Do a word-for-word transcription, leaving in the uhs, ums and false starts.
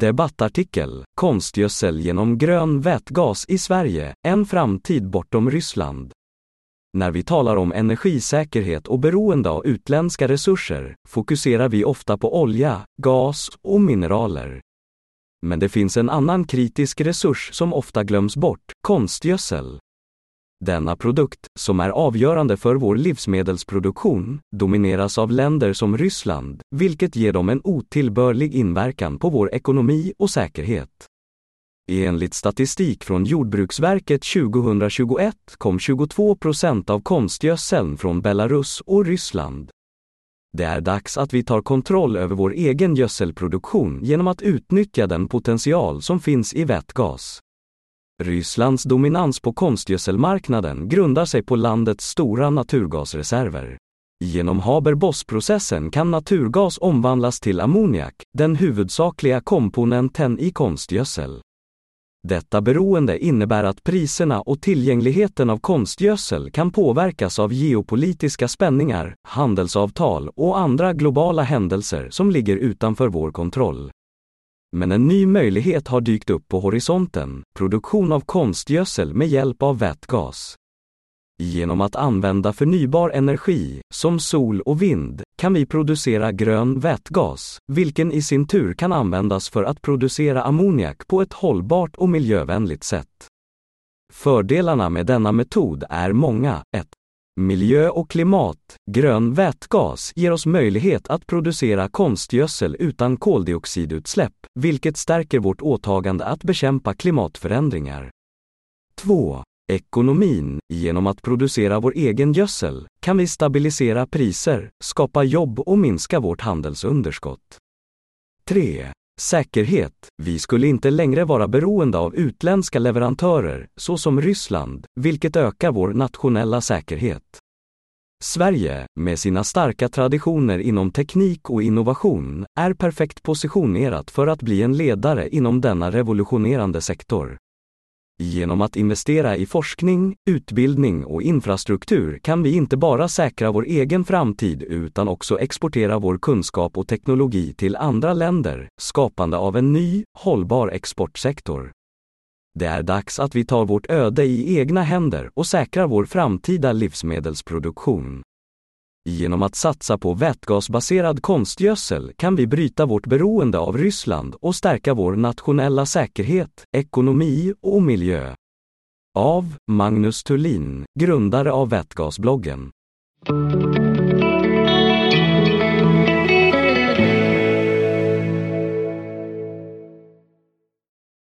Debattartikel: Konstgödsel genom grön vätgas i Sverige, en framtid bortom Ryssland. När vi talar om energisäkerhet och beroende av utländska resurser, fokuserar vi ofta på olja, gas och mineraler. Men det finns en annan kritisk resurs som ofta glöms bort: konstgödsel. Denna produkt, som är avgörande för vår livsmedelsproduktion, domineras av länder som Ryssland, vilket ger dem en otillbörlig inverkan på vår ekonomi och säkerhet. Enligt statistik från Jordbruksverket tjugohundratjugoett kom tjugotvå procent av konstgödseln från Belarus och Ryssland. Det är dags att vi tar kontroll över vår egen gödselproduktion genom att utnyttja den potential som finns i vätgas. Rysslands dominans på konstgödselmarknaden grundar sig på landets stora naturgasreserver. Genom Haber-Bosch-processen kan naturgas omvandlas till ammoniak, den huvudsakliga komponenten i konstgödsel. Detta beroende innebär att priserna och tillgängligheten av konstgödsel kan påverkas av geopolitiska spänningar, handelsavtal och andra globala händelser som ligger utanför vår kontroll. Men en ny möjlighet har dykt upp på horisonten: produktion av konstgödsel med hjälp av vätgas. Genom att använda förnybar energi, som sol och vind, kan vi producera grön vätgas, vilken i sin tur kan användas för att producera ammoniak på ett hållbart och miljövänligt sätt. Fördelarna med denna metod är många. ett. Miljö och klimat. Grön vätgas ger oss möjlighet att producera konstgödsel utan koldioxidutsläpp, vilket stärker vårt åtagande att bekämpa klimatförändringar. två. Ekonomin. Genom att producera vår egen gödsel kan vi stabilisera priser, skapa jobb och minska vårt handelsunderskott. tre. Säkerhet. Vi skulle inte längre vara beroende av utländska leverantörer, såsom Ryssland, vilket ökar vår nationella säkerhet. Sverige, med sina starka traditioner inom teknik och innovation, är perfekt positionerat för att bli en ledare inom denna revolutionerande sektor. Genom att investera i forskning, utbildning och infrastruktur kan vi inte bara säkra vår egen framtid utan också exportera vår kunskap och teknologi till andra länder, skapande av en ny, hållbar exportsektor. Det är dags att vi tar vårt öde i egna händer och säkrar vår framtida livsmedelsproduktion. Genom att satsa på vätgasbaserad konstgödsel kan vi bryta vårt beroende av Ryssland och stärka vår nationella säkerhet, ekonomi och miljö. Av Magnus Thulin, grundare av Vätgasbloggen.